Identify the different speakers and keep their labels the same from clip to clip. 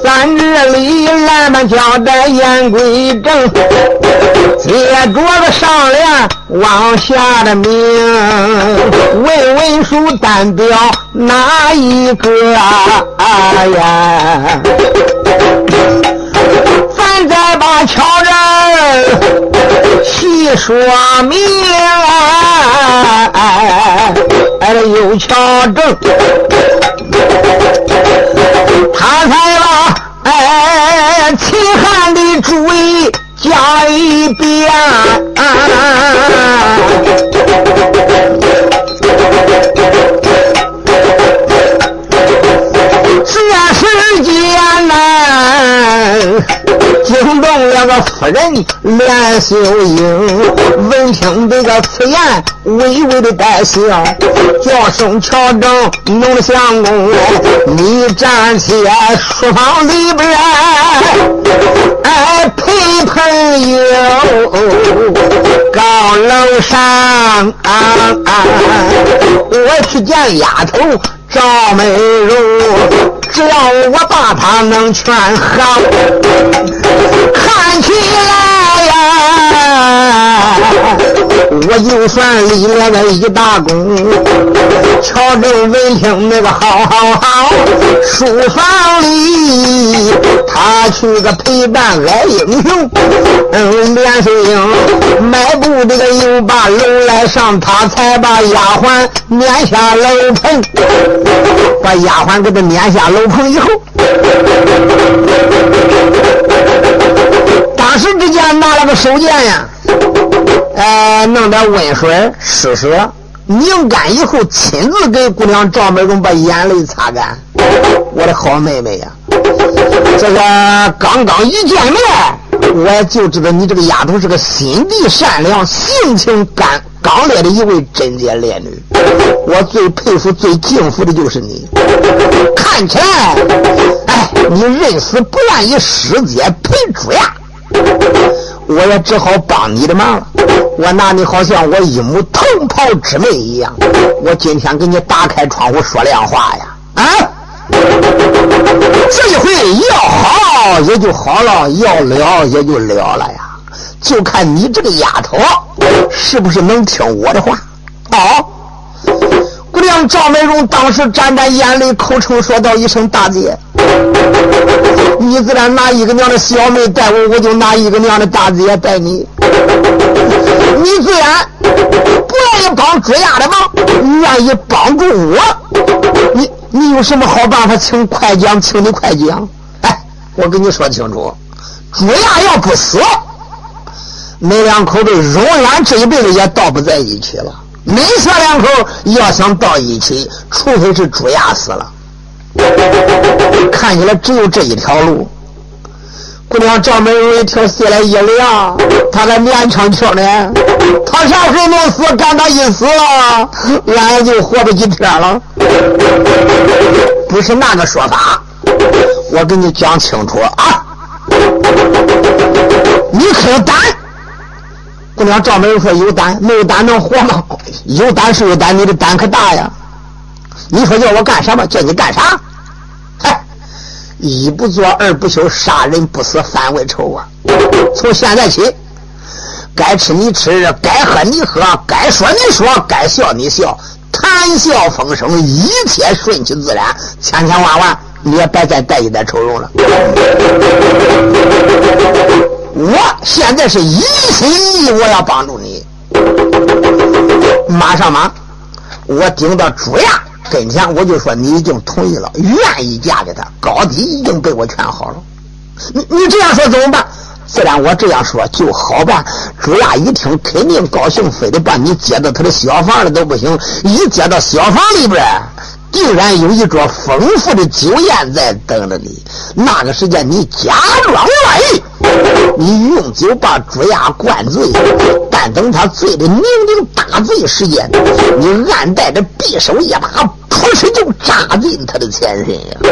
Speaker 1: 咱这里来吧，交代言归正，接着个上联往下的名，问书单标哪一个呀？咱再把巧人细说明，有巧正，他才把秦汉的主意讲一遍。这时间呢，惊动了个夫人连秀英，闻听这个此言，微微的带笑，叫声乔正弄相公，你站起书房里边，陪朋友高楼上，我去见丫头赵美容，只要我把她能劝好，看起来呀，我就算立了个一大功。乔正闻听那个好，书房里他去个陪伴来英雄，连秀英迈步这个又把楼来上，他才把丫鬟撵下楼棚，把丫鬟给他撵下楼棚以后，当时之间拿了个手剑呀，弄点温水试试，拧干以后亲自给姑娘赵美容把眼泪擦干。我的好妹妹呀，这个刚刚一见面，我就知道你这个丫头是个心地善良、性情刚烈的一位贞洁烈女。我最佩服、最敬服的就是你。看起来，你认死不愿意师姐陪主呀，我也只好帮你的忙了。我拿你好像我一母同袍之妹一样，我今天给你打开窗户说亮话呀！这一回要好也就好了，要了也就了了呀，就看你这个丫头是不是能听我的话。姑娘赵美容当时沾沾眼泪，口称说道一声大姐，你自然拿一个娘的小妹带我，我就拿一个娘的大姐带你。你自然不愿意帮追丫的忙，愿意帮助我，你有什么好办法？请快讲，请你快讲。我跟你说清楚，追丫要不死，那两口子永远这一辈子也到不在一起了。你小两口要想到一起，除非是追丫死了。看起来只有这一条路。姑娘赵美容一听心来一凉，她还勉强听呢，她啥时候能死？赶她一死，俺就活不几天了。不是那个说法，我跟你讲清楚啊！你可有胆？姑娘赵美容说有胆，没有胆能活吗？有胆是有胆，你的胆可大呀！你说叫我干什么？叫你干啥？一不做二不休，杀人不死反为仇啊！从现在起，该吃你吃，该喝你喝，该说你说，该笑你笑，谈笑风生，一切顺其自然，千千万你也别再带一点愁容了。我现在是一心一意，我要帮助你。马上嘛，我顶到主呀跟前，我就说你已经同意了，愿意嫁给他，高低已经被我劝好了。你这样说怎么办？自然我这样说就好办。主呀一听肯定高兴，非得把你接到他的小房里都不行。一接到小房里边，定然有一桌丰富的酒宴在等着你。那个时间你假装愿意，你用酒把主呀灌醉，但等他醉的酩酊大醉时间，你暗带着匕首一把，扑哧就扎进他的前身呀！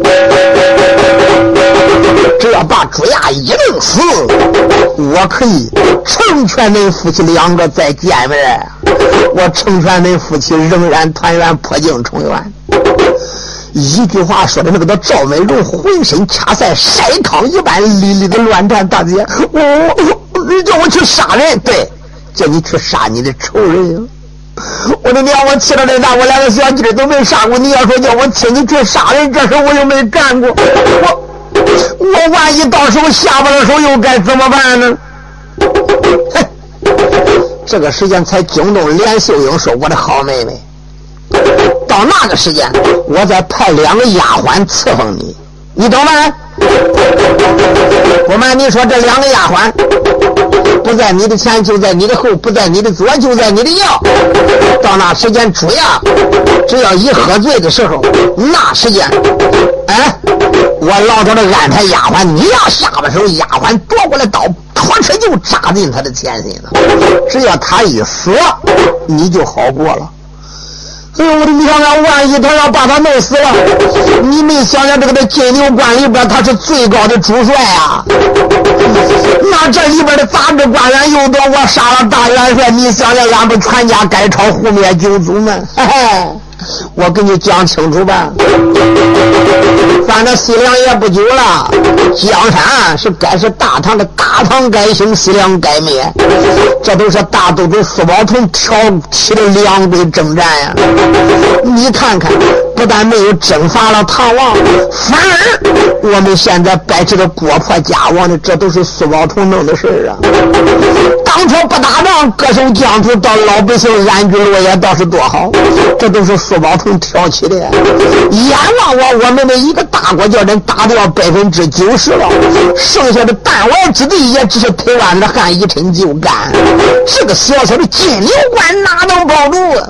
Speaker 1: 只要把主呀一弄死，我可以成全恁夫妻两个再见面，我成全恁夫妻仍然团圆破镜重圆。 一句话说的那个赵美荣浑身掐赛筛糠一般哩哩的乱颤。大姐，你叫我去杀人？对，叫你去杀你的仇人呀！我的娘，我气了这大，我连个小鸡都没杀过，你要说叫我替你去杀人，这事我又没干过，我万一到时候下不了手又该怎么办呢？这个时间才惊动连秀英说：“我的好妹妹，到那个时间我再派2个丫鬟伺候你，你懂吗？”不瞒你说，这2个丫鬟不在你的前就在你的后，不在你的左就在你的右。到那时间主呀，只要一喝醉的时候，那时间我老早的安排丫鬟，你要下把手，丫鬟夺过来刀，托车就扎进他的前心了。只要他一死，你就好过了。哎呦，我的娘啊！万一他要把他弄死了，你没想想这个在金牛关里边他是最高的主帅啊，那这里边的杂志官员又多，我杀了大元帅，你想想俺们全家改朝覆灭九族们，嘿嘿，我跟你讲清楚吧。反正西凉也不久了，江山是该是大唐的，大唐该兴，西凉该灭，这都是大都督苏宝同挑起的两队征战呀。你看看，不但没有征伐了唐王，反而我们现在摆这个国破家亡的，这都是苏宝同弄的事啊。当初不打仗，割手疆土，到老百姓安居乐业，倒是多好，这都是苏宝同挑起的呀。眼望我们的一个大国叫人打掉90%了，剩下的弹丸之地也只是推完的汗一抻就干。这个小小的金牛关哪能保住啊？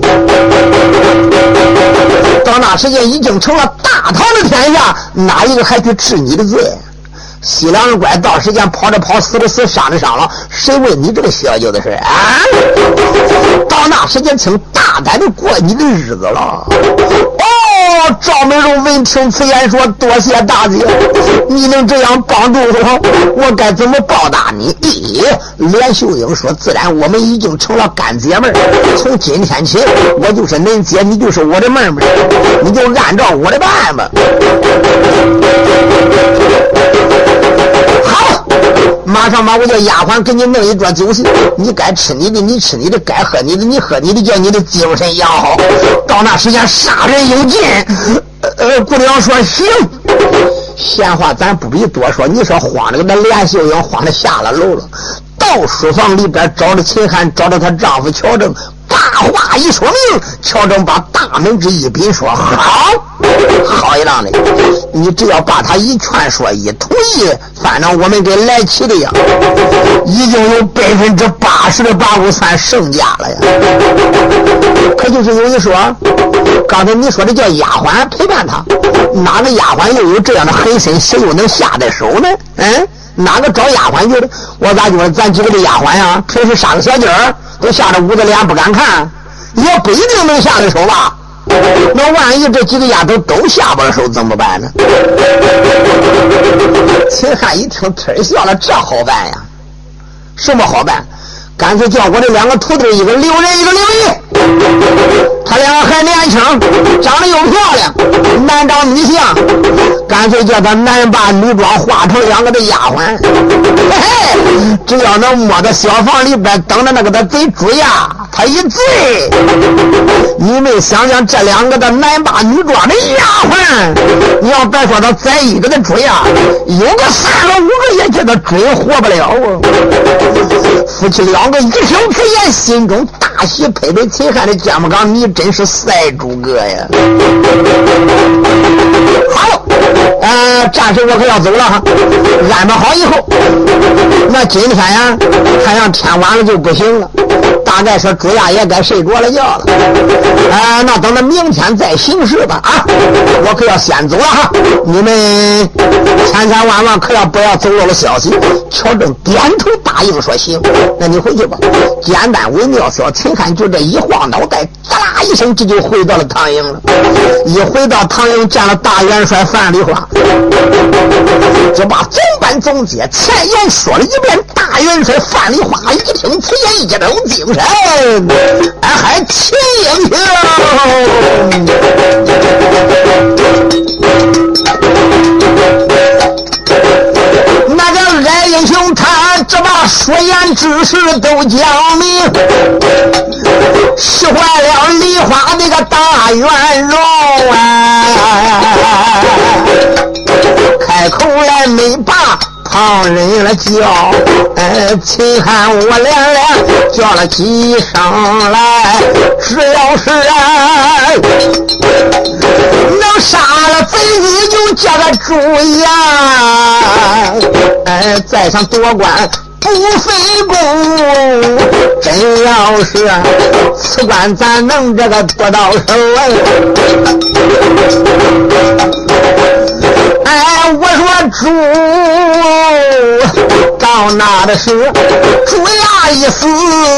Speaker 1: 到那时间已经成了大唐的天下，哪一个还去治你的罪？西凉人怪到时间跑着跑，死的死，伤的伤了，谁问你这个小舅的事啊？到那时间请大胆的过你的日子了。赵美荣闻听此言说：“多谢大姐，你能这样帮助我该怎么报答你？”连秀英说：“自然，我们已经成了干姐妹，从今天起，我就是恁姐，你就是我的妹妹，你就按照我的办吧。”好，马上把我叫丫鬟给你弄一桌酒席，你该吃你的你吃你的，该喝你的你喝你的，叫你的精神养好。到那时间杀人有尽。姑娘说行。闲话咱不必多说，你说慌的，那连秀英慌的下了楼了，到书房里边找着秦汉，找着她丈夫乔正，把话一说明，乔正把大门之一禀说：“好一浪的，你只要把他一劝说一同意，反正我们给来齐的呀，已经有80%的把握算胜家了呀。”可就是有一说，刚才你说的叫丫鬟陪伴他，哪个丫鬟又有这样的狠心，谁又能下得手呢？哪个找丫鬟去的？我咋觉得咱几个的丫鬟呀，平时杀个小鸡儿都吓得捂着脸不敢看，也不一定能下得手吧？那万一这几个丫头都下不了手怎么办呢？秦汉一听忒笑了，这好办呀？什么好办？干脆叫我这2个徒弟，一个刘仁，一个刘毅，他2个还年轻，长得又漂亮，男长女相，干脆叫他男扮女装，化成2个的丫鬟，嘿嘿，只要能摸到小房里边等着那个的贼猪呀，他一醉，你没想想这2个的男扮女装的丫鬟，你要别说他宰一个的猪呀，有个3个5个也觉得追活不了啊。夫妻2个一听此言，心中大喜，拍拍秦汉的肩膀，你真是赛诸葛呀！好，暂时我可要走了哈，安排好以后，那今天呀，看样天晚了就不行了，大概说朱亚也该睡着了觉了。那等到明天再行事吧啊！我可要先走了哈，你们千万可要不要走漏了消息。乔正点头答应说行，那你回去吧。简单微妙，小秦汉就这一晃脑袋，哒啦一声，这就回到了唐营了。一回到唐营，见了大元帅范丽花，就把总班总结，前言说了一遍。大元帅范丽花一听此言，一抖精神，还秦英雄。那个矮英雄他只把说言之事都讲明，使坏了梨花那个大元荣开口来没把旁人了叫，秦汉我连连叫了几声来，只要是能杀了贼你就叫个主呀，再上夺冠不费功，真要是此关咱能这个夺到手我说主到那的是主呀一死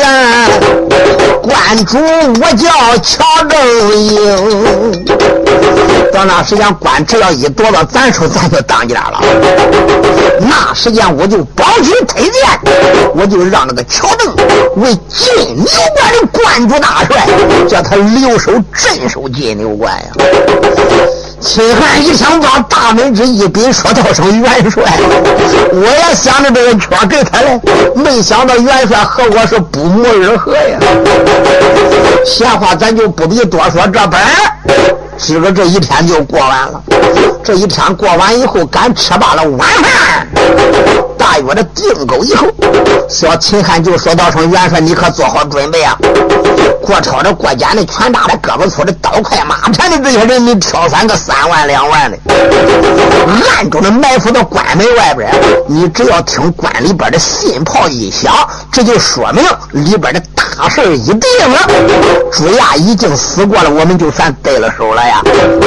Speaker 1: 关主我叫乔正英，到那时间官只要一夺到咱手咱就当家了，那时间我就保举推荐，我就让那个乔正为金牛关的关主大帅，叫他留守镇守金牛关呀。秦汉一想到大门之一笔说道声元帅，我也想着这个圈给他嘞，没想到元帅和我是不谋而合呀。闲话咱就不必多说，这本今个这一天就过完了。这一天过完以后，赶吃罢了晚饭，大约的定够以后，小秦汉就说道声元帅你可做好准备啊，过超的过简的拳大的胳膊粗的刀快马缠的这些人，你挑选个3万2万的，暗中的埋伏到关门外边，你只要听关里边的信炮一响，这就说明里边的大事一定了，主呀已经死过了，我们就算对了手了呀。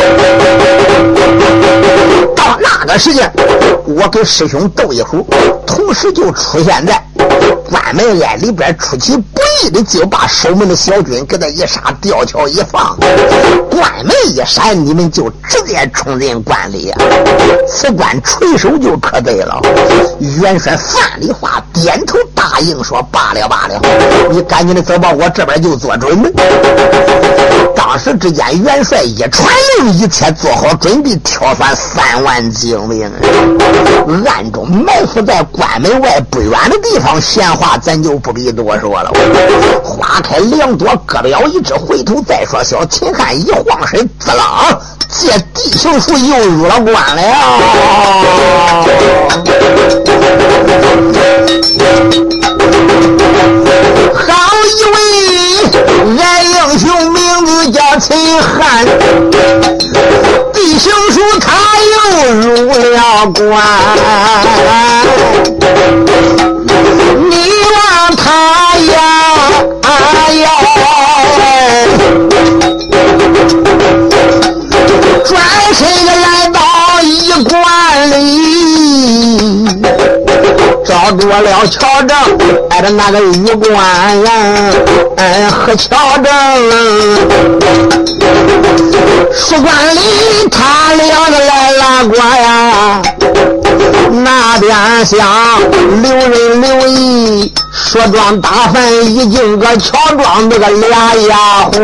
Speaker 1: 到那个时间我给师兄斗一壶，同时就出现在关门挨里边，出其不意的就把守门的小军给他一杀，吊桥一放，关门一闪，你们就直接冲进关里，此关垂手就可对了。元帅范丽花点头答应说罢了罢了，你赶紧的走吧，我这边就做准备。当时之间元帅一传令，一切做好准备，挑选3万精兵，暗中埋伏在关门外不远的地方，闲话咱就不必多说了。花开2朵，各表一枝，回头再说。小秦汉一晃身，滋啦，借地球术又入了关了。好一位矮英雄，名字叫秦汉，地球术他又入了关。你望他呀转身来到一关里，找着了乔正挨着那个玉关呀，和乔正书馆里他两个来拉过呀，那边想留人留意，说庄打饭已经个乔庄这个俩丫鬟，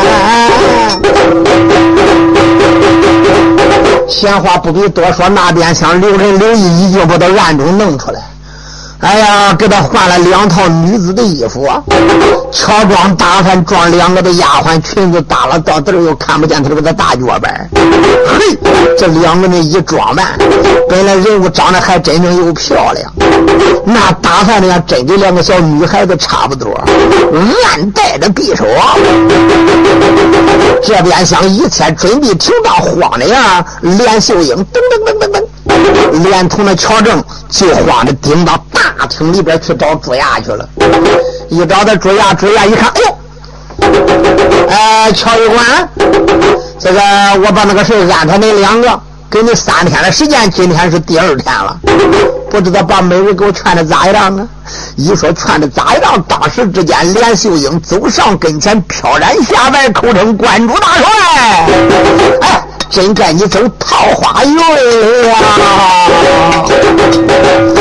Speaker 1: 闲话不必多说，那边想留人留意已经把他暗中弄出来。哎呀，给他换了2套女子的衣服，乔装打扮装2个的丫鬟，裙子搭了到这又看不见他这个大脚板。嘿，这2个人一装扮，本来人物长得还真正又漂亮，那打扮的呀真跟2个小女孩子差不多，暗带着匕首。这边想一切准备停当，慌的呀，连秀英噔噔噔噔噔，连同那乔正就慌着顶到大厅里边去找朱亚去了。一找到朱亚一看，哎呦，乔医官，这个我把那个事安排你2个，给你3天的时间，今天是第2天了，不知道把每人给我劝的咋样啊？一说劝的咋样，当时之间连秀英走上跟前，飘然下拜，口称关主大帅。哎，真该你走桃花运呀！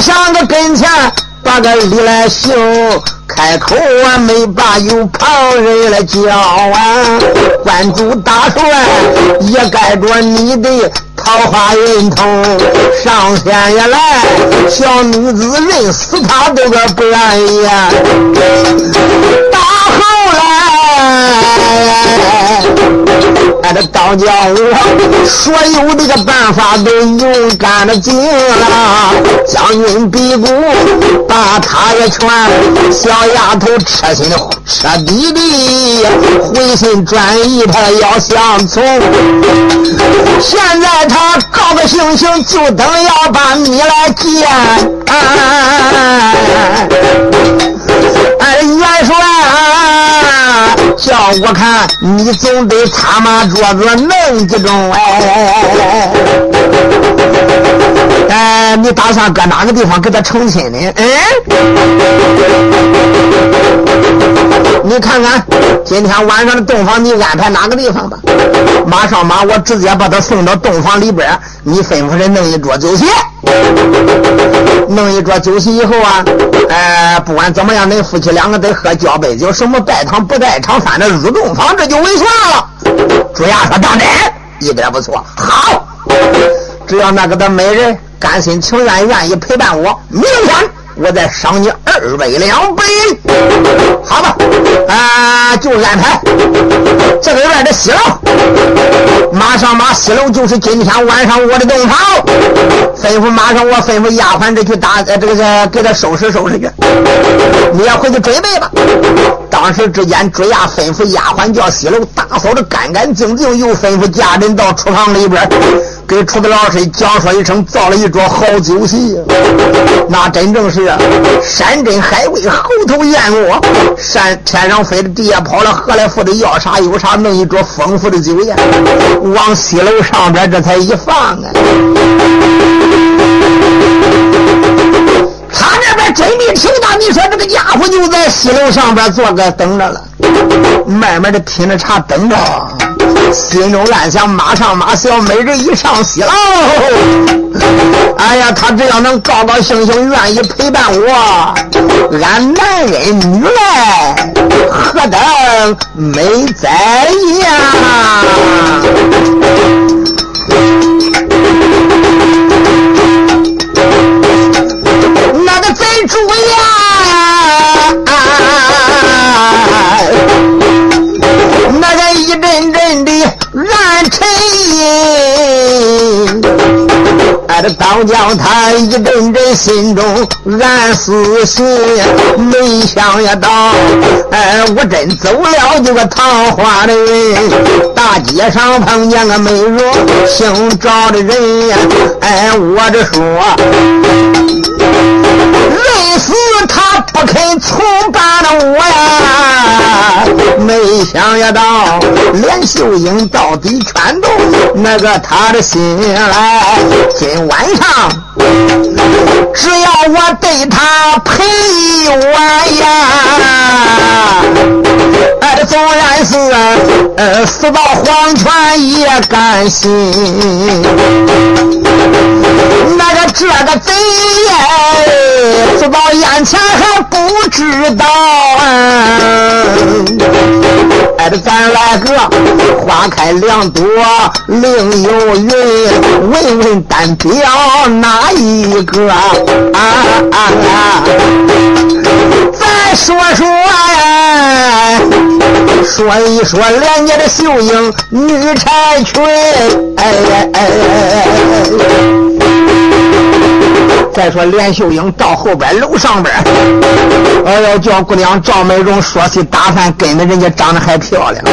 Speaker 1: 上个跟前把个礼来行，开口啊没把有旁人来叫啊，关主大帅也盖着你的桃花运通，上天也来小女子认死他都个不愿意啊。到后来这当家我所有这个办法都勇敢的尽了，将军比武把他也劝，小丫头彻底的回心转意，他要相从。现在他高高兴兴就等要把你来见，元帅叫我看你总得擦马桌子弄几种你打算搁哪个地方给他成亲呢？你看看今天晚上的洞房你安排哪个地方吧，马上马我直接把他送到洞房里边，你吩咐人弄一桌酒席，弄一桌酒席以后啊不管怎么样恁夫妻两个得喝交杯酒，什么拜堂不在场，反正入洞房这就为算了。朱亚说当真一点不错，好，只要那个的美人甘心情愿愿意陪伴我，明天我再赏你200两白银，好吧？就安排这个院的西楼，马上马西楼就是今天晚上我的洞房，马上我吩咐丫鬟这去打这个给他收拾收拾去，你要回去准备吧。当时之间追呀吩咐丫鬟叫西楼打扫的干干净净，又吩咐家人到厨房里边给厨子老师讲说一声，造了一桌好酒席，那真正是山珍海味猴头燕窝，天上飞的地下跑了，河来浮的要啥有啥，弄一桌丰富的酒宴往西楼上边这才一放啊。他那边准备听到你说这个家伙就在西楼上边坐个等着了，慢慢的听着茶等着，心中暗想马上马小美人一上西楼，哎呀他只要能高高兴兴愿意陪伴我，俺男人女来何等美哉呀。那个贼主呀那个一阵阵的燃尘烟，这当将他一阵阵心中燃死心，没想也到我真走了这个桃花的人，大街上碰见个美容姓赵的人呀，我这说累死他不肯从办了我呀，没想也到连秀英到底全动那个他的心来，今晚上只要我对他陪我呀，纵然是死到黄泉也甘心。那个这个贼耶死到眼前还不知道咱来个花开两朵另有云，问问单标哪一个再说说说一说连家的秀英女柴裙再说连秀英到后边楼上边要叫姑娘赵美荣说起打扮跟着人家长得还漂亮，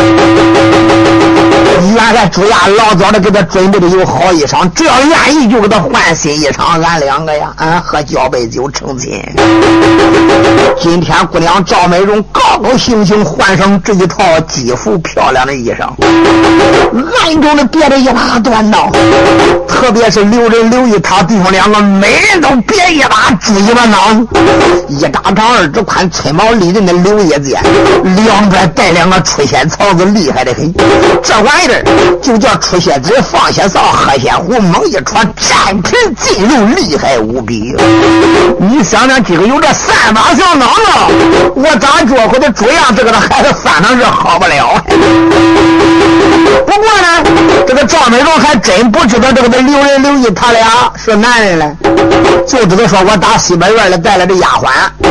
Speaker 1: 原来主家老早的给他准备的有好衣裳，只要愿意就给他换新衣裳，俺两个呀喝交杯酒成亲。今天姑娘赵美荣高高兴兴换上这一套几副漂亮的衣裳，暗中的别的一把端刀，特别是留人留意他弟兄两个每人都别一把猪一把脑子，一大长二指宽，崔毛利刃的柳叶剑，两边带两个出血槽子，厉害的很。这玩意儿就叫出血指，放血扫，喝血壶，猛一戳，战皮进入，厉害无比。你想想，这个有这3把小脑子，我长脚和的猪样，这个孩子翻上是好不了。不过呢，这个赵美荣还真不知道这个刘仁刘义他俩是男人了，就知道说我打西北院里带来的丫鬟，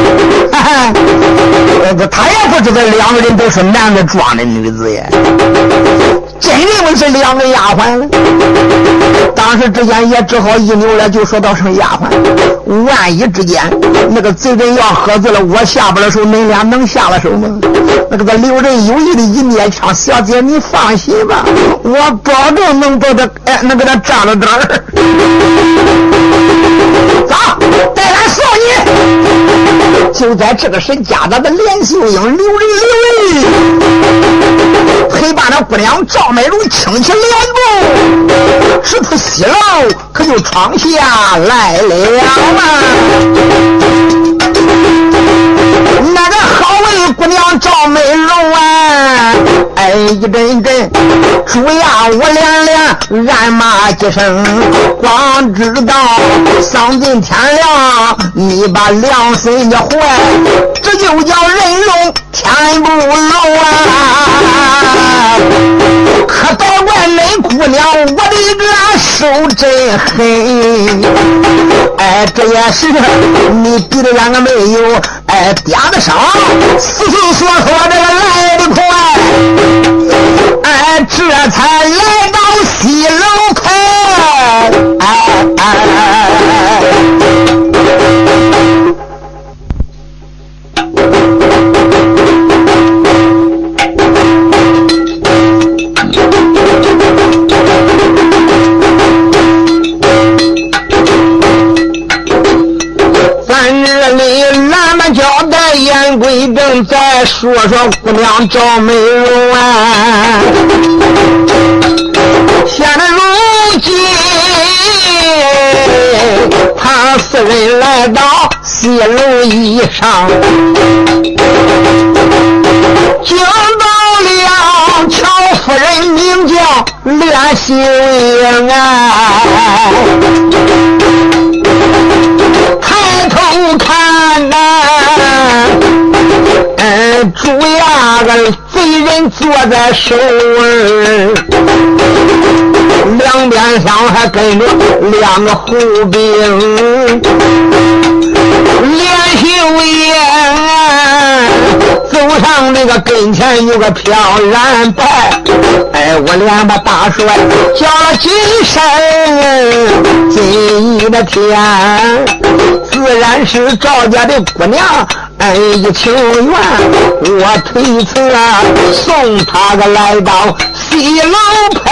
Speaker 1: 他也不知道两个人都是男的装的女子耶，真认为是2个丫鬟了。当时之间也只好一扭了，就说到成丫鬟。万一之间那个贼人要喝醉了，我下不了手，恁俩能下了手吗？那个刘仁有意的一捏枪，小姐你放心吧，我保证能把他能给他占了点儿。走，带俺送你。就在这个时，家长的连秀英刘仁陪把那姑娘赵美荣轻起脸部，直扑西楼，可就闯下来了啊！那个好为姑娘赵美荣啊，哎，一阵阵猪呀我连连暗骂几声，光知道丧尽天亮，你把良心的坏，这就叫人龙天不漏啊！可别怪恁姑娘我的个手真狠，哎，这也是你比得两个没有，哎，嗲的伤，死死说说这个来得快，哎，这才来到西楼口，哎哎言归正，再说说姑娘赵美荣啊，现在如今他4人来到西楼以上，惊到了乔夫人名叫连秀英啊，抬头看呐，主呀个贼人坐在首儿，两边上还跟着2个护兵，连秀英走上这个跟前有个飘然白，哎，我连把大帅叫了几声，金义的天，自然是赵家的姑娘，哎，一情愿，我推辞啊，送他个来到西楼陪，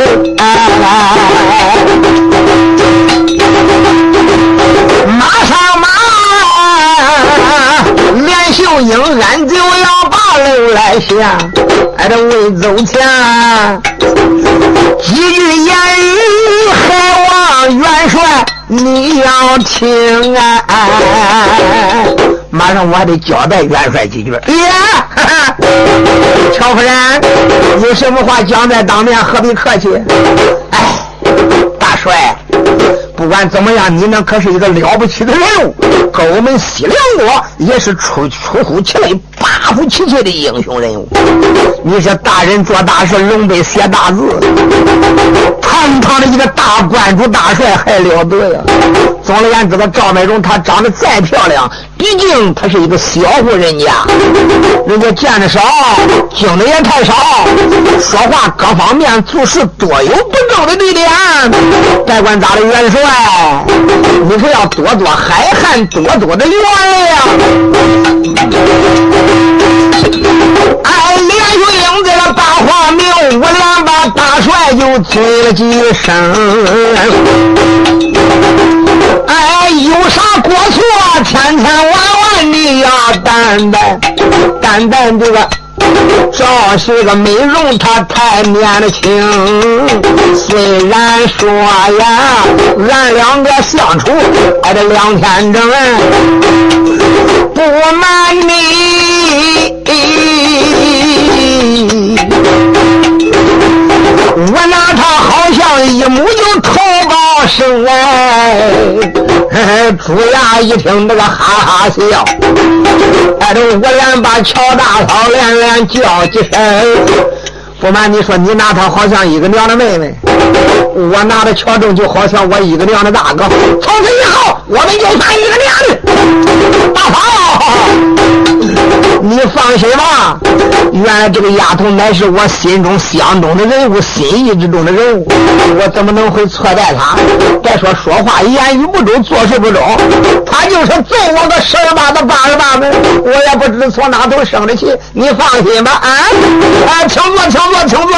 Speaker 1: 马上马，连秀英俺就要把楼来下，哎，这未走前几句言语还望元帅你要听啊，马上我还得交代元帅几句。乔夫人有什么话讲在当面，何必客气？哎，大帅，不管怎么样，你那可是一个了不起的人物，跟我们西凉国也是出乎其类拔乎其萃的英雄人物。你是大人做大事，龙背写大字，堂堂的一个大关主大帅还了得呀！总而言之，赵美荣她长得再漂亮，毕竟她是一个小户人家，人家见得少，经的也太少，说话各方面做事多有不够的地点。别管咋的，元帅，你可要多多海涵，多多的原谅。哎，连秀英在了大花庙，我俩把大帅就催了几声。哎，有啥过错，千千万万你要担待这个赵是个美容，她太年轻。虽然说呀，俺两个相处挨着2天整，不瞒你，我拿他好像一母就头高生哎，朱牙一听这个哈哈笑，挨着我连把乔大嫂连叫几声。不瞒你说，你拿他好像一个娘的妹妹，我拿着乔正就好像我一个娘的大哥。从此以后，我们就算一个娘的。大嫂，你放心吧，原来这个丫头乃是我心中相中的人物，心意之中的人物，我怎么能会错待她？别说说话言语不中，做事不中，她就是揍我个10把的88门，我也不知从哪头生的气。你放心吧，请坐。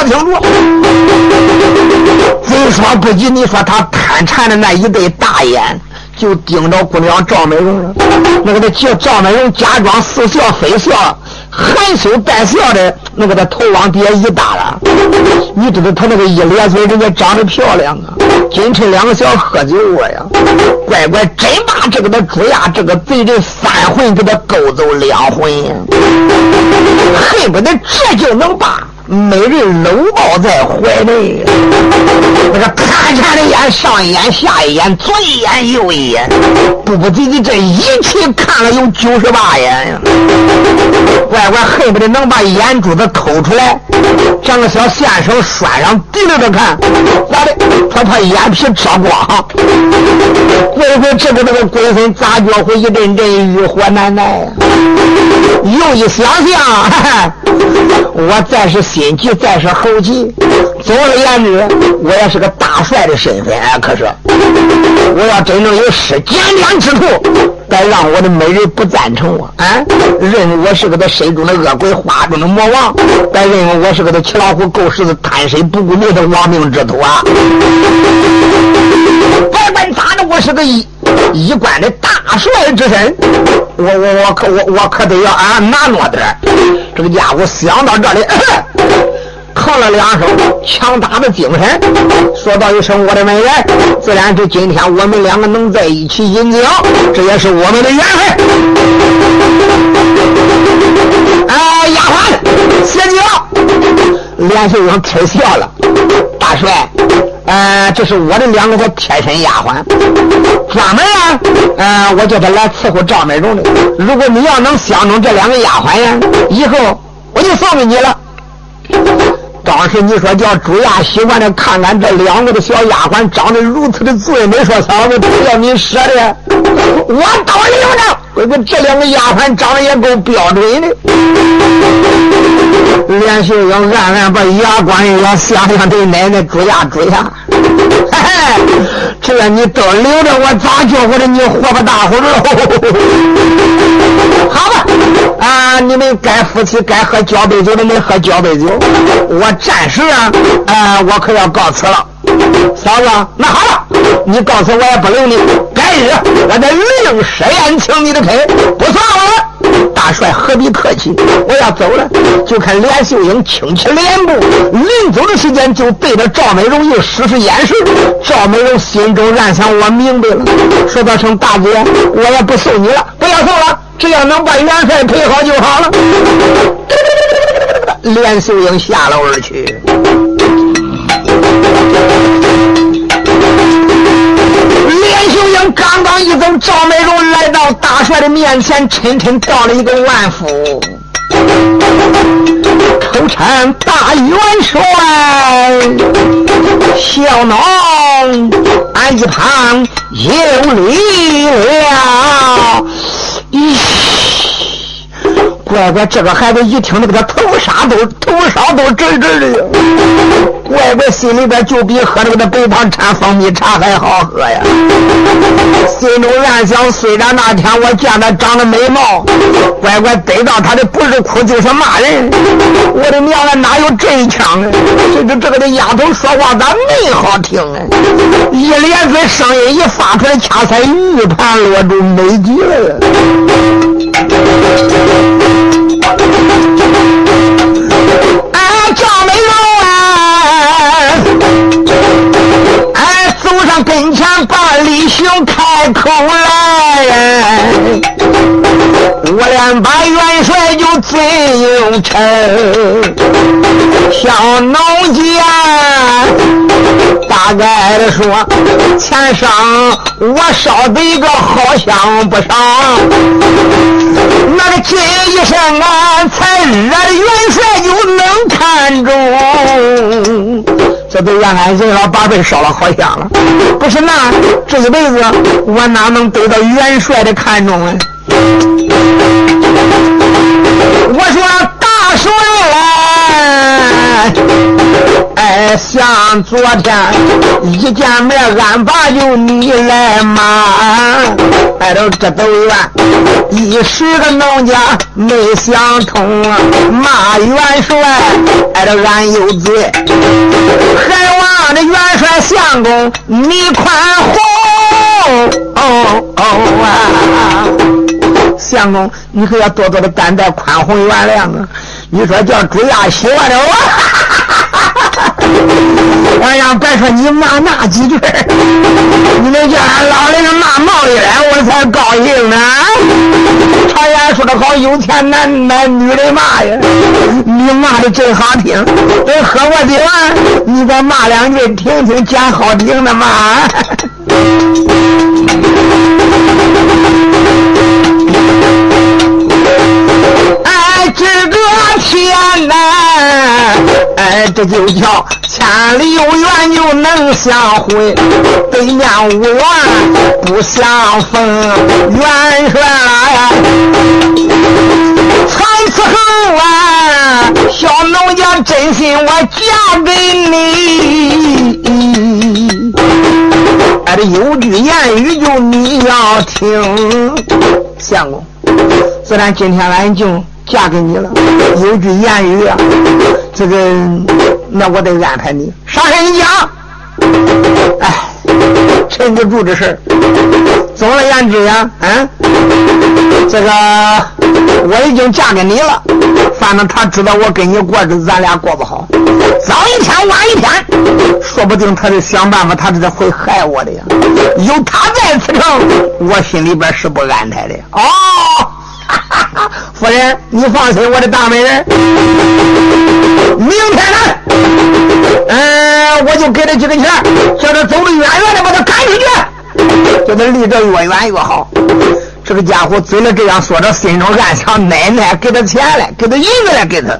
Speaker 1: 嘴说不急，你说他贪馋的那一对大眼就盯着姑娘赵美容了。那个叫赵美容假装似笑非笑，含羞带笑的，那个他头往底下一搭了。你知道他那个一咧嘴，人家长得漂亮啊，金衬2个小喝酒窝呀，乖乖真把这个的朱亚这个贼人3魂给他勾走2魂呀，恨不得这就能把美人搂抱在怀内，那个贪馋的眼，上一眼下一眼，左一眼右一眼，不急的这一气看了有98眼呀，乖乖恨不得能把眼珠子抠出来，长个小线绳拴上提着的看，咋的？他把眼皮遮光，乖乖这个鬼神咋觉会一阵阵欲火难耐呀？又一想想，我再是心急，再是后急，总而言之，我也是个大帅的身份可是我要真正有失检点之处，再让我的美人不赞成我认为我是个他身中的恶鬼，花中的魔王，再认为我是个他骑老虎狗食的贪身不顾命的亡命之徒别管咋的，我是个一贯的大帅之身，我可得要拿诺点。这个家伙想到这里，靠了2手强大的精神，说到一声我的美人，自然是今天我们2个能在一起饮酒，这也是我们的缘分。丫鬟写酒，连秀英吃笑了。大帅，这是我的2个贴身丫鬟，专门我叫他来伺候赵美容的。如果你要能相中这2个丫鬟呀，以后我就送给你了。当时你说叫朱亚喜欢的看看这2个的小丫鬟长得如此的最美，说嫂子不要你舍的，我倒留着。这2个丫鬟长得也够标准的。连秀英暗暗把牙关一咬，想想对奶奶朱亚，这你都留着，我咋叫我的你活不大活了？好吧，你们该夫妻该喝交杯酒的没喝交杯酒，我暂时我可要告辞了。嫂子，那好了，你告诉我也不留你，改日我再另设宴请你的客，不算我。大帅何必客气，我要走了。就看连秀英轻起脸部，临走的时间就对着赵美容又实施眼神。赵美容心中暗想，我明白了，说到声大姐，我也不送你了，不要送了，只要能把元帅陪好就好了。连秀英下楼而去。连秀英刚刚一走，赵美容来到大帅的面前，沉沉道了一个万福。口称大元帅，小农俺一旁有礼了。咦，乖乖，这个孩子一听那个头烧都直直的呀，乖乖心里边就比喝那个北方产蜂蜜茶还好喝呀。心中暗想，虽然那天我见他长得美貌，乖乖逮到他的不是哭就是骂人，我的娘啊，哪有这一腔啊？这个的丫头说话咋没好听啊？一咧嘴，声音一发出来，恰才玉盘落住，美极了呀。 口来，我连把元帅就尊有成。小农家大概的说，钱上我烧的一个好像不上，那个金一声啊，才惹元帅就能看中。这都让俺人老八辈烧了好香了，不是那这一辈子我哪能得到元帅的看重啊？我说大帅来，像昨天一见面俺爸就你来骂，这都怨10个农家没想通啊，骂元帅俺有罪，还望着元帅相公你宽宏相公你可要多多的担待宽宏原谅啊！你说叫猪牙喜欢的我我让别说你骂那几句，你能叫俺老人骂冒一来我才高兴呢。常言说的好，有钱男女的骂呀，你骂的真好听，等喝过酒完你再骂两句听听，讲好听的骂。这个天哪，这就叫千里有缘就能相会，对面无缘不相逢。元帅啊，从此后啊，小农家真心我嫁给你。这有句言语就你要听，相公，虽然今天俺就嫁给你了，有句言语啊，这个那我得安排你。啥事你讲？哎，沉得住这事儿。总而言之呀，这个我已经嫁给你了，反正他知道我跟你过日子，咱俩过不好，早一天晚一天，说不定他得想办法，他这会害我的呀。有他在此城，我心里边是不安泰的。哦。夫人你放心，我的大美人，明天呢我就给他几个钱，叫他走得远远的把他赶出去，叫他离得越远越好。这个家伙嘴了这样说着，心中暗想，奶奶给他钱来，给他银子来给他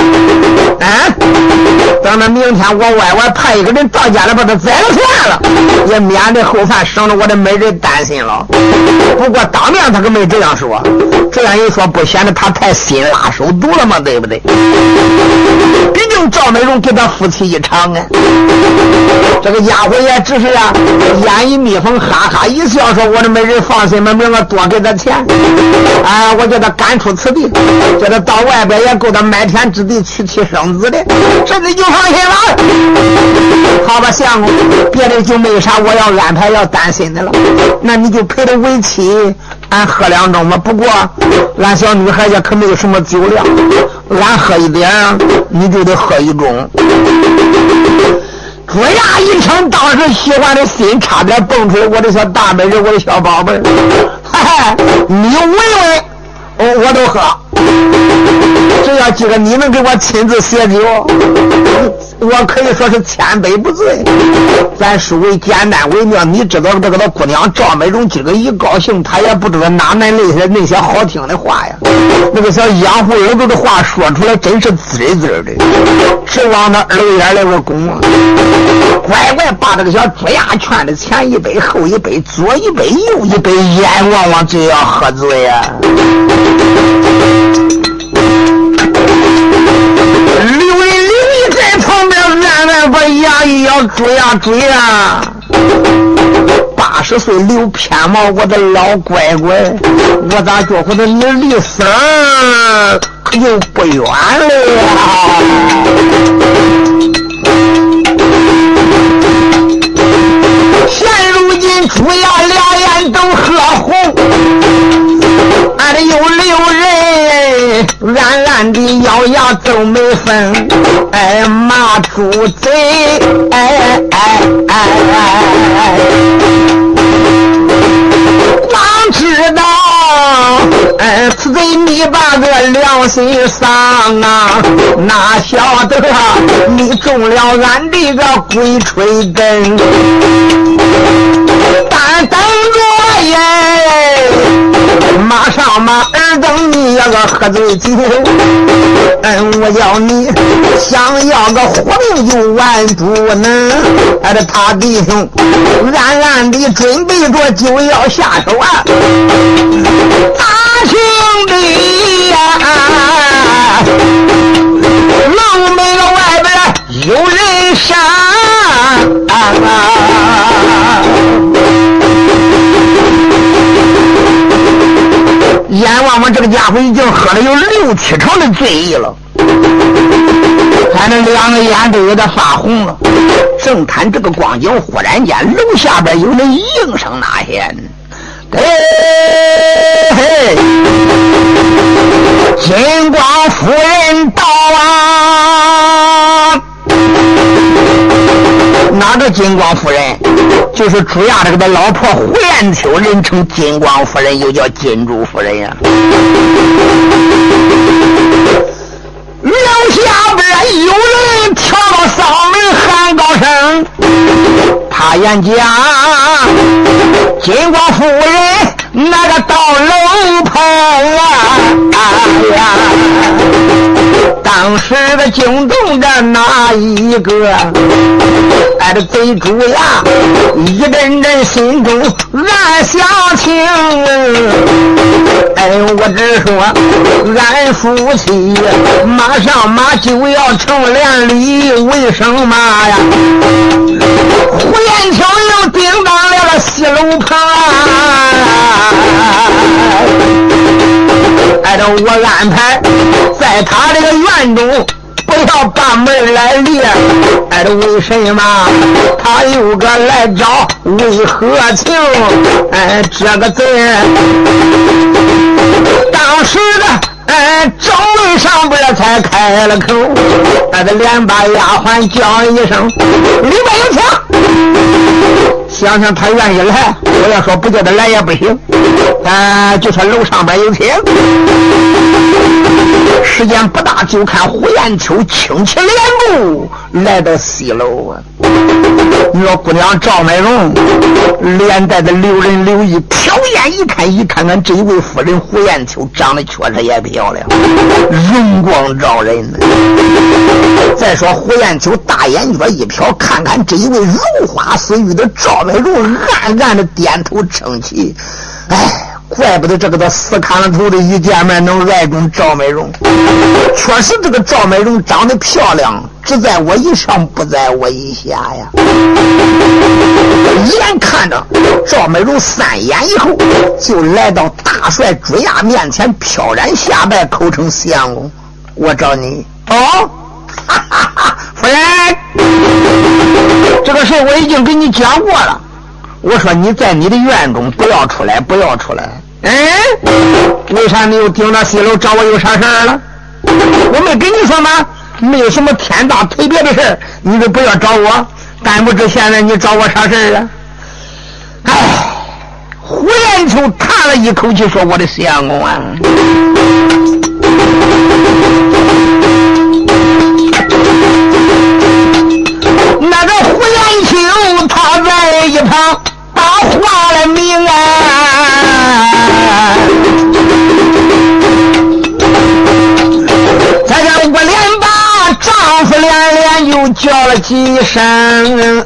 Speaker 1: 等到明天我歪歪派一个人到家里把他宰了算了，也免得后饭省得我的美人担心了。不过当面他可没这样说，这样一说不显得他太辛辣手毒了吗？对不对？毕竟赵美荣给他夫妻一场啊。这个家伙也只是眼一眯缝，哈哈一笑说，我的美人放心吧，明个多给他钱我叫他赶出此地，叫他到外边也够他买田之地娶妻生子的，这你就放心了。好吧，相公，别的就没啥我要安排要担心的了，那你就陪着为妻俺喝2盅吧。不过俺小女孩也可没有什么酒量，俺喝一点你就得喝1盅。朱牙一听，当时喜欢的心差点蹦出来，我的小大美人，我的小宝贝儿，你闻闻我都喝，只要今个你能给我亲自写酒，我可以说是千杯不醉。咱书为简单为妙，你知道这个姑娘赵美荣今个一高兴，她也不知道哪来那些好听的话呀，那个小养护耳朵的话说出来真是滋滋的，直往那耳眼那个拱啊，乖乖把这个小猪牙圈的前一杯后一杯左一杯右一杯，眼望望就要喝醉呀。刘一在旁边暗把牙一咬，猪牙80岁留偏毛，我的老乖乖，我咋觉得你离死可就不远了呀。现如今猪牙俩眼都喝红，俺这有6人暗暗地咬牙皱眉分，骂猪贼， 道，此贼你把个良心丧啊！哪晓得你中了俺这个鬼吹灯，但等着耶！马上马尔等你要个喝醉酒，我要你想要个活命就完不能。这他弟兄暗暗地准备着就要下手啊！大兄弟呀，楼门外边有人杀阎王们这个家伙已经喝了有6、7成的醉意了，还那2个眼都有点发红了。正谈这个光景，忽然间楼下边有人应声呐喊：“嘿，金光夫人到啊！”哪个金光夫人？就是朱亚这个的老婆胡延秋，人称金光夫人，又叫金珠夫人呀。楼下边有人跳到嗓门喊高声，他言讲金光夫人那个到楼棚哎呀，当时的惊动着哪一个？这贼主呀，一阵阵心中暗想情。我只说俺夫妻马上就要成连理，为什么呀？胡延秋又叮当了个西楼旁，我安排在他这个院中不要把门来裂，为什么他有个来找为何情？这个贼当时的周围上边才开了口，连把丫鬟叫一声里边有枪。想想他愿意来，我要说不叫他来也不行，就说楼上边有枪。时间不大，就看胡延秋轻轻连步来到西楼啊。你说姑娘赵美容连带的刘仁刘毅瞟眼一看看这一位夫人胡延秋长得确实也漂亮，容光照人。再说胡延秋大眼角一瞟，看看这一位如花似玉的赵美容，暗暗的点头称奇。怪不得这个叫死砍了头的一见面能爱中赵美容，确实这个赵美容长得漂亮，只在我以上不在我以下呀。眼看着赵美容3眼以后就来到大帅朱亚面前，飘然下拜，口称相公。我找你哦，哈哈哈，夫人，这个事我已经跟你讲过了。我说你在你的院中不要出来，不要出来。为啥你又盯着西楼找我有啥事儿了？我没跟你说吗？没有什么天大特别的事儿，你就不要找我。但不知现在你找我啥事儿啊？胡延秋叹了一口气说：“我的相公啊，那个胡延秋他在一旁把话来明啊，再让我连把丈夫连又叫了几声，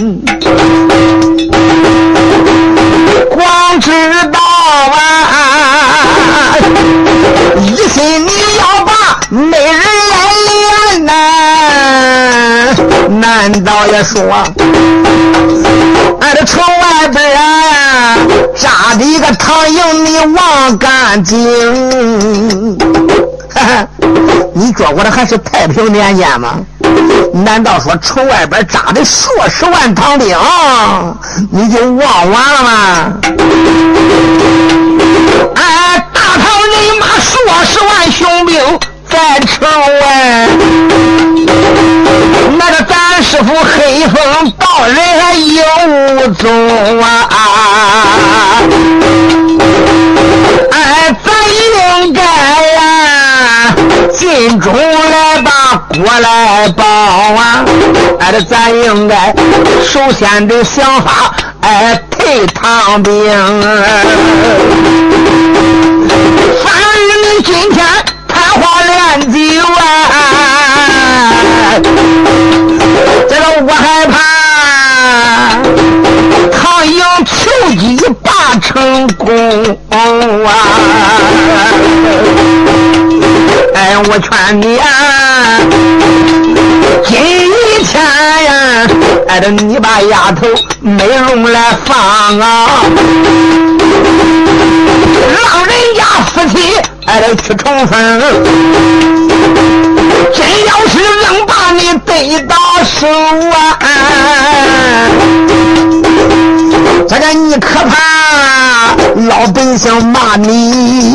Speaker 1: 光知道啊，一心你要把美人来连呐，难道也说这城外边啊扎的一个唐营你忘干净？你觉过的还是太平年间吗？难道说城外边扎的数十万唐兵你就忘完了吗？大唐人马数十万雄兵在城外，那个咱师傅夫黑风道人有踪啊！哎，咱应该呀，尽忠来把国来保啊！哎，咱应该首先的想法，哎，退唐兵。反而你今天谈话乱酒啊，这个我害怕唐营求计大成功啊！哎，我劝你啊，今天呀，哎，你把丫头美容来放啊，让人家夫妻哎去重逢。真要是能把你逮到手啊，这个你可怕老百姓骂你，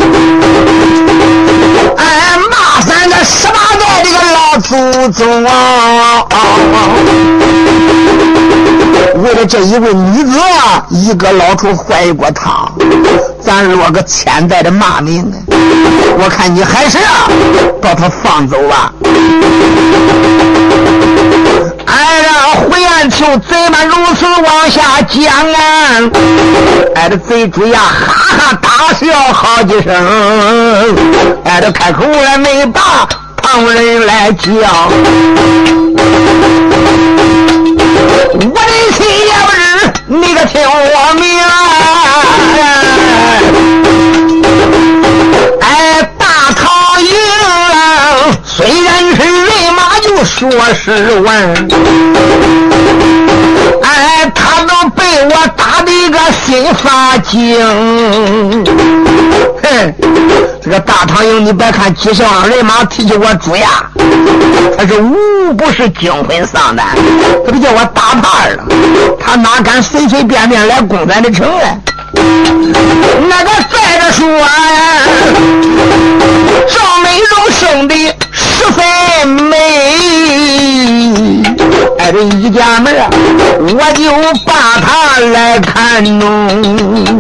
Speaker 1: 哎，骂咱这18代这个老祖宗啊！为了这一位女子啊，一个老处坏一锅汤，咱落个1000代的骂名。我看你还是啊，把他放走吧。哎，让回安丘贼们如此往下讲啊！哎，这贼主呀，哈哈大笑好几声。哎，这开口来没把旁人来叫。我的妻要是你可听我明哎，大唐营虽然是人马就说是问，哎，他都被我打的一个心发惊。哼，这个大唐营你别看几十万人马提起我主呀，他是无不是惊魂丧胆，他不叫我打怕了，他哪敢随随便便来攻咱的城来？那个再着说啊，赵美容生的10分美，哎，这一家门啊，我就把他来看弄。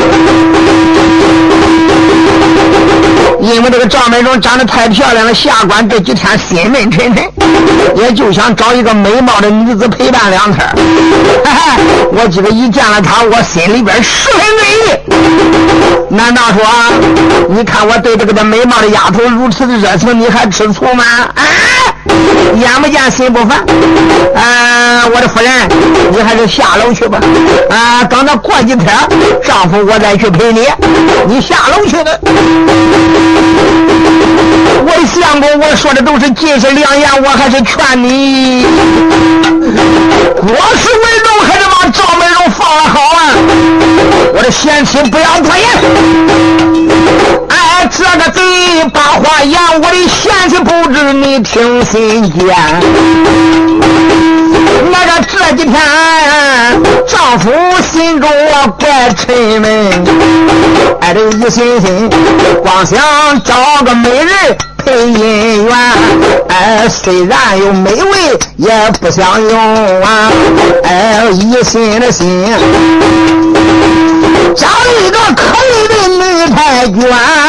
Speaker 1: 因为这个赵美容长得太漂亮了，下官这几天心闷沉沉，也就想找一个美貌的女子陪伴2天。我今个一见了她，我心里边10分美意。难道说你看我对这个美貌的丫头如此的热情，你还吃醋吗？啊，眼不见心不烦。我的夫人，你还是下楼去吧。等到过几天，丈夫我再去陪你。你下楼去的。我的相公，我说的都是尽是良言，我还是劝你，我是为荣，还是把赵美容放了好啊！我的贤妻不要多言。哎，这个贼把话言，我的贤妻不知你听心间。那个这几天丈夫心中我怪沉闷，哎，这一心心光想找个美人配姻缘，哎，虽然有美味也不想用啊，哎，一心的心找一个可怜的女太监。